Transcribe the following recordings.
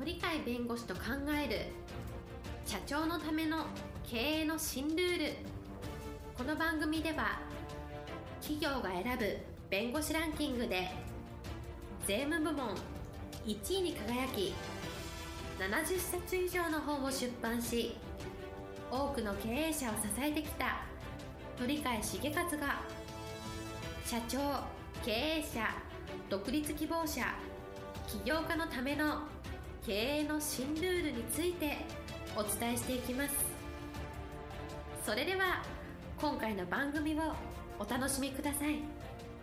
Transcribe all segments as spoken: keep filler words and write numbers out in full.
鳥飼弁護士と考える社長のための経営の新ルール。この番組では企業が選ぶ弁護士ランキングで税務部門いちいに輝き、ななじゅっさつ以上の本を出版し、多くの経営者を支えてきた鳥飼茂勝が、社長、経営者、独立希望者、起業家のための経営の新ルールについてお伝えしていきます。それでは今回の番組をお楽しみください。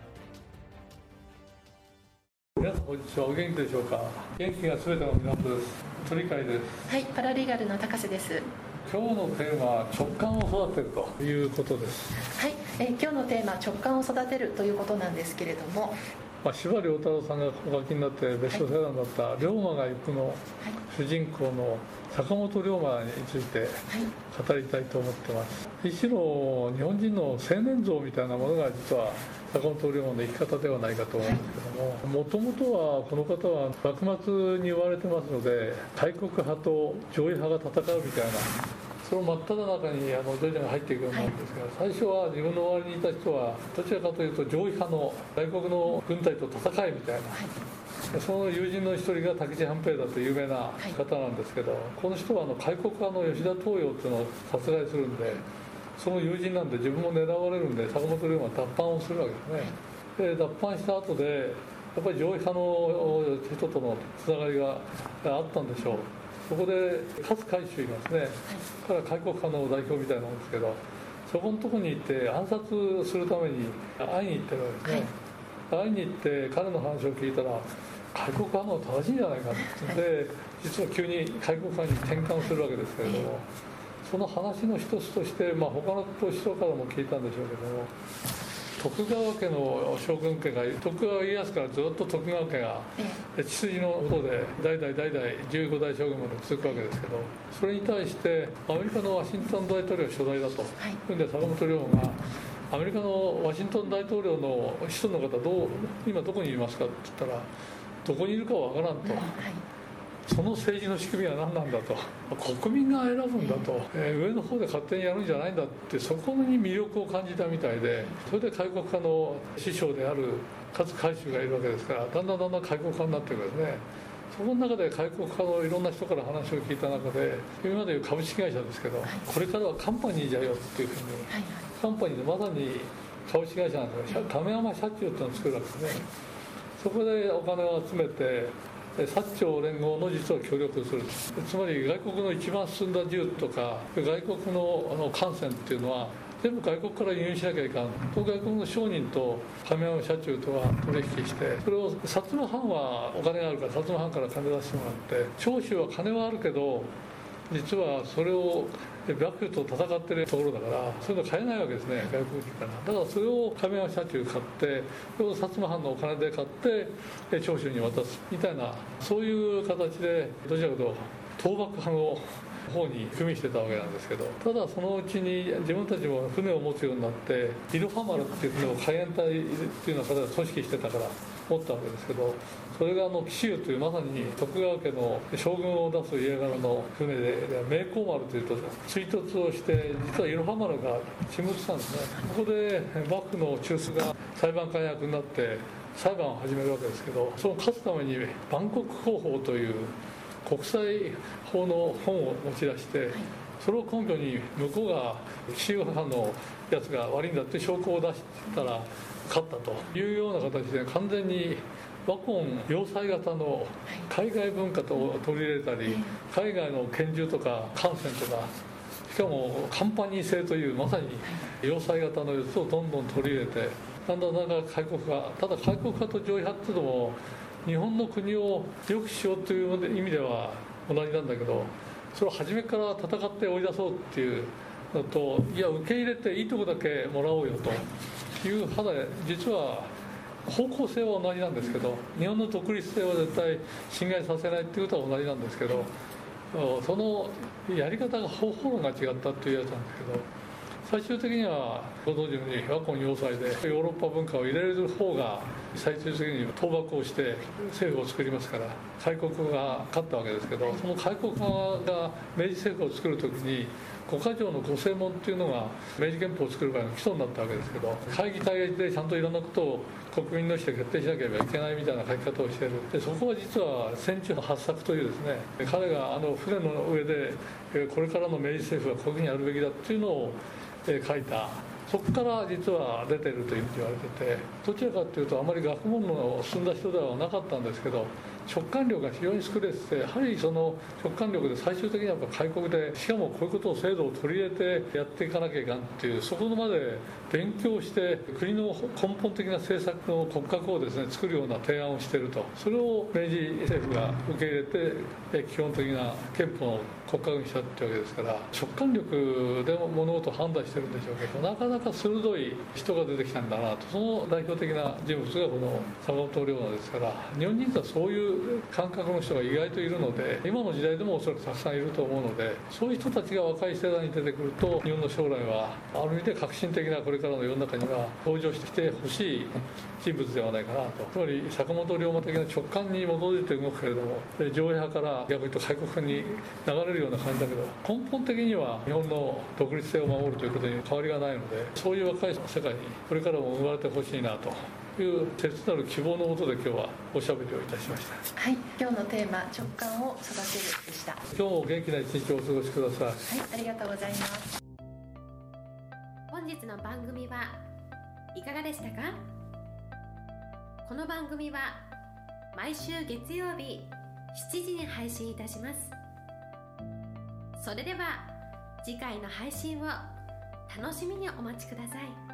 皆さんこんにちは。お元気でしょうか。元気がすべての源です。鳥飼です。 はい、パラリーガルの高瀬です。 今日のテーマは直感を育てるということです。 はい、えー、今日のテーマは直感を育てるということなんですけれども、 まあ、司馬遼太郎さんがお書きになってベストセラーになった「龍馬が行く」の主人公の坂本龍馬について語りたいと思ってます。一種の日本人の青年像みたいなものが実は坂本龍馬の生き方ではないかと思うんですけども、もともとはこの方は幕末に言われてますので、開国派と攘夷派が戦うみたいな、その真っ只中にあの徐々に入っていくようになるんですが、最初は自分の周りにいた人はどちらかというと攘夷派の外国の軍隊と戦えみたいな、その友人の一人が武智半平だという有名な方なんですけど、この人はあの開国派の吉田東洋っていうのを殺害するんで、その友人なんで自分も狙われるんで坂本龍馬は脱藩をするわけですね。で脱藩した後でやっぱり攘夷派の人とのつながりがあったんでしょう。そこで勝海舟いますね、はい、から開国派の代表みたいなんですけど、そこのところに行って暗殺するために会いに行ってるわけですね、はい、会いに行って彼の話を聞いたら開国派の正しいんじゃないかってで、実は急に開国派に転換するわけですけれども、その話の一つとして、まあ、他の人からも聞いたんでしょうけども、徳川家の将軍家が徳川家康からずっと徳川家が血筋のことで代々代々じゅうごだい将軍まで続くわけですけど、それに対してアメリカのワシントン大統領は初代だと、はい、で坂本龍馬がアメリカのワシントン大統領の子孫の方どう今どこにいますかって言ったら、どこにいるかは分からんと、はい、その政治の仕組みは何なんだと、国民が選ぶんだと、えー、上の方で勝手にやるんじゃないんだって、そこに魅力を感じたみたいで、それで開国家の師匠である勝海舟がいるわけですから、だんだんだんだん開国家になっていくんですね。その中で開国家のいろんな人から話を聞いた中で、今までいう株式会社ですけど、これからはカンパニーじゃよっていうふうに、カンパニーでまさに株式会社なんですが、亀山社中っていうのを作るわけですね。そこでお金を集めて薩長連合の実は協力する、つまり外国の一番進んだ銃とか外国のあの艦船っていうのは全部外国から輸入しなきゃいかんと、外国の商人と亀山社中とは取引して、それを薩摩藩はお金があるから薩摩藩から金出してもらって、長州は金はあるけど実はそれを幕府と戦ってるところだから、そういうの買えないわけですね、外国人から。だからそれを亀山社中買って、それを薩摩藩のお金で買って長州に渡すみたいな、そういう形でどちらかというと倒幕派の方に組みしてたわけなんですけど、ただそのうちに自分たちも船を持つようになって、イルファ丸っていう船を海援隊っていうような形で組織してたから持ったわけですけど、それがあの紀州というまさに徳川家の将軍を出す家柄の船で、明光丸というと追突をして、実はイルファ丸が沈没したんですね。ここで幕府の中枢が裁判官役になって裁判を始めるわけですけど、その勝つために万国公法という国際法の本を持ち出して、それを根拠に向こうが紀州藩のやつが悪いんだって証拠を出したら勝ったというような形で、完全に和魂要塞型の海外文化と取り入れたり、海外の拳銃とか艦船とか、しかもカンパニー制というまさに要塞型のやつをどんどん取り入れて、だんだんだんだん開国化、ただ開国化と攘夷派っていうのも日本の国を良くしようという意味では同じなんだけど、それを初めから戦って追い出そうっていうのと、いや受け入れていいとこだけもらおうよという派で、実は方向性は同じなんですけど、日本の独立性は絶対侵害させないっていうことは同じなんですけど、そのやり方が方法論が違ったっていうやつなんですけど、 最終的にはご存知のように和魂要塞でヨーロッパ文化を入れる方が最終的に倒幕をして政府を作りますから、開国が勝ったわけですけど、その開国側が明治政府を作る時に五箇条の御誓文っていうのが明治憲法を作る場合の基礎になったわけですけど、会議体でちゃんといろんなことを国民の意思で決定しなければいけないみたいな書き方をしている。でそこは実は戦中の八策というですね、彼があの船の上でこれからの明治政府はこういうふうにやるべきだっていうのを書いた、そこから実は出ているというふうに言われてて、どちらかというとあまり学問の進んだ人ではなかったんですけど、直感力が非常に優れてて、やはりその直感力で最終的にはやっぱ開国で、しかもこういうことを制度を取り入れてやっていかなきゃいけないっていう、そこまで勉強して国の根本的な政策の骨格をですね作るような提案をしていると。それを明治政府が受け入れて基本的な憲法の骨格にしたってわけですから、直感力でも物事を判断してるんでしょうけど、なかなか鋭い人が出てきたんだなと。その代表的な人物がこの坂本龍馬ですから、日本人とはそういう感覚の人が意外といるので、今の時代でもおそらくたくさんいると思うので、そういう人たちが若い世代に出てくると、日本の将来はある意味で革新的なこれからの世の中には登場してきてほしい人物ではないかなと。つまり坂本龍馬的な直感に基づいて動くけれども、上映派から逆に言うと開国に流れるような感じだけど、根本的には日本の独立性を守るということに変わりがないので、そういう若い世界にこれからも生まれてほしいなという切なる希望のもとで今日はおしゃべりをいたしました。 はい、今日のテーマ、直感を育てるでした。 今日も元気な一日をお過ごしください。 はい、ありがとうございます。 本日の番組はいかがでしたか？この番組は毎週月曜日しちじに配信いたします。それでは次回の配信を楽しみにお待ちください。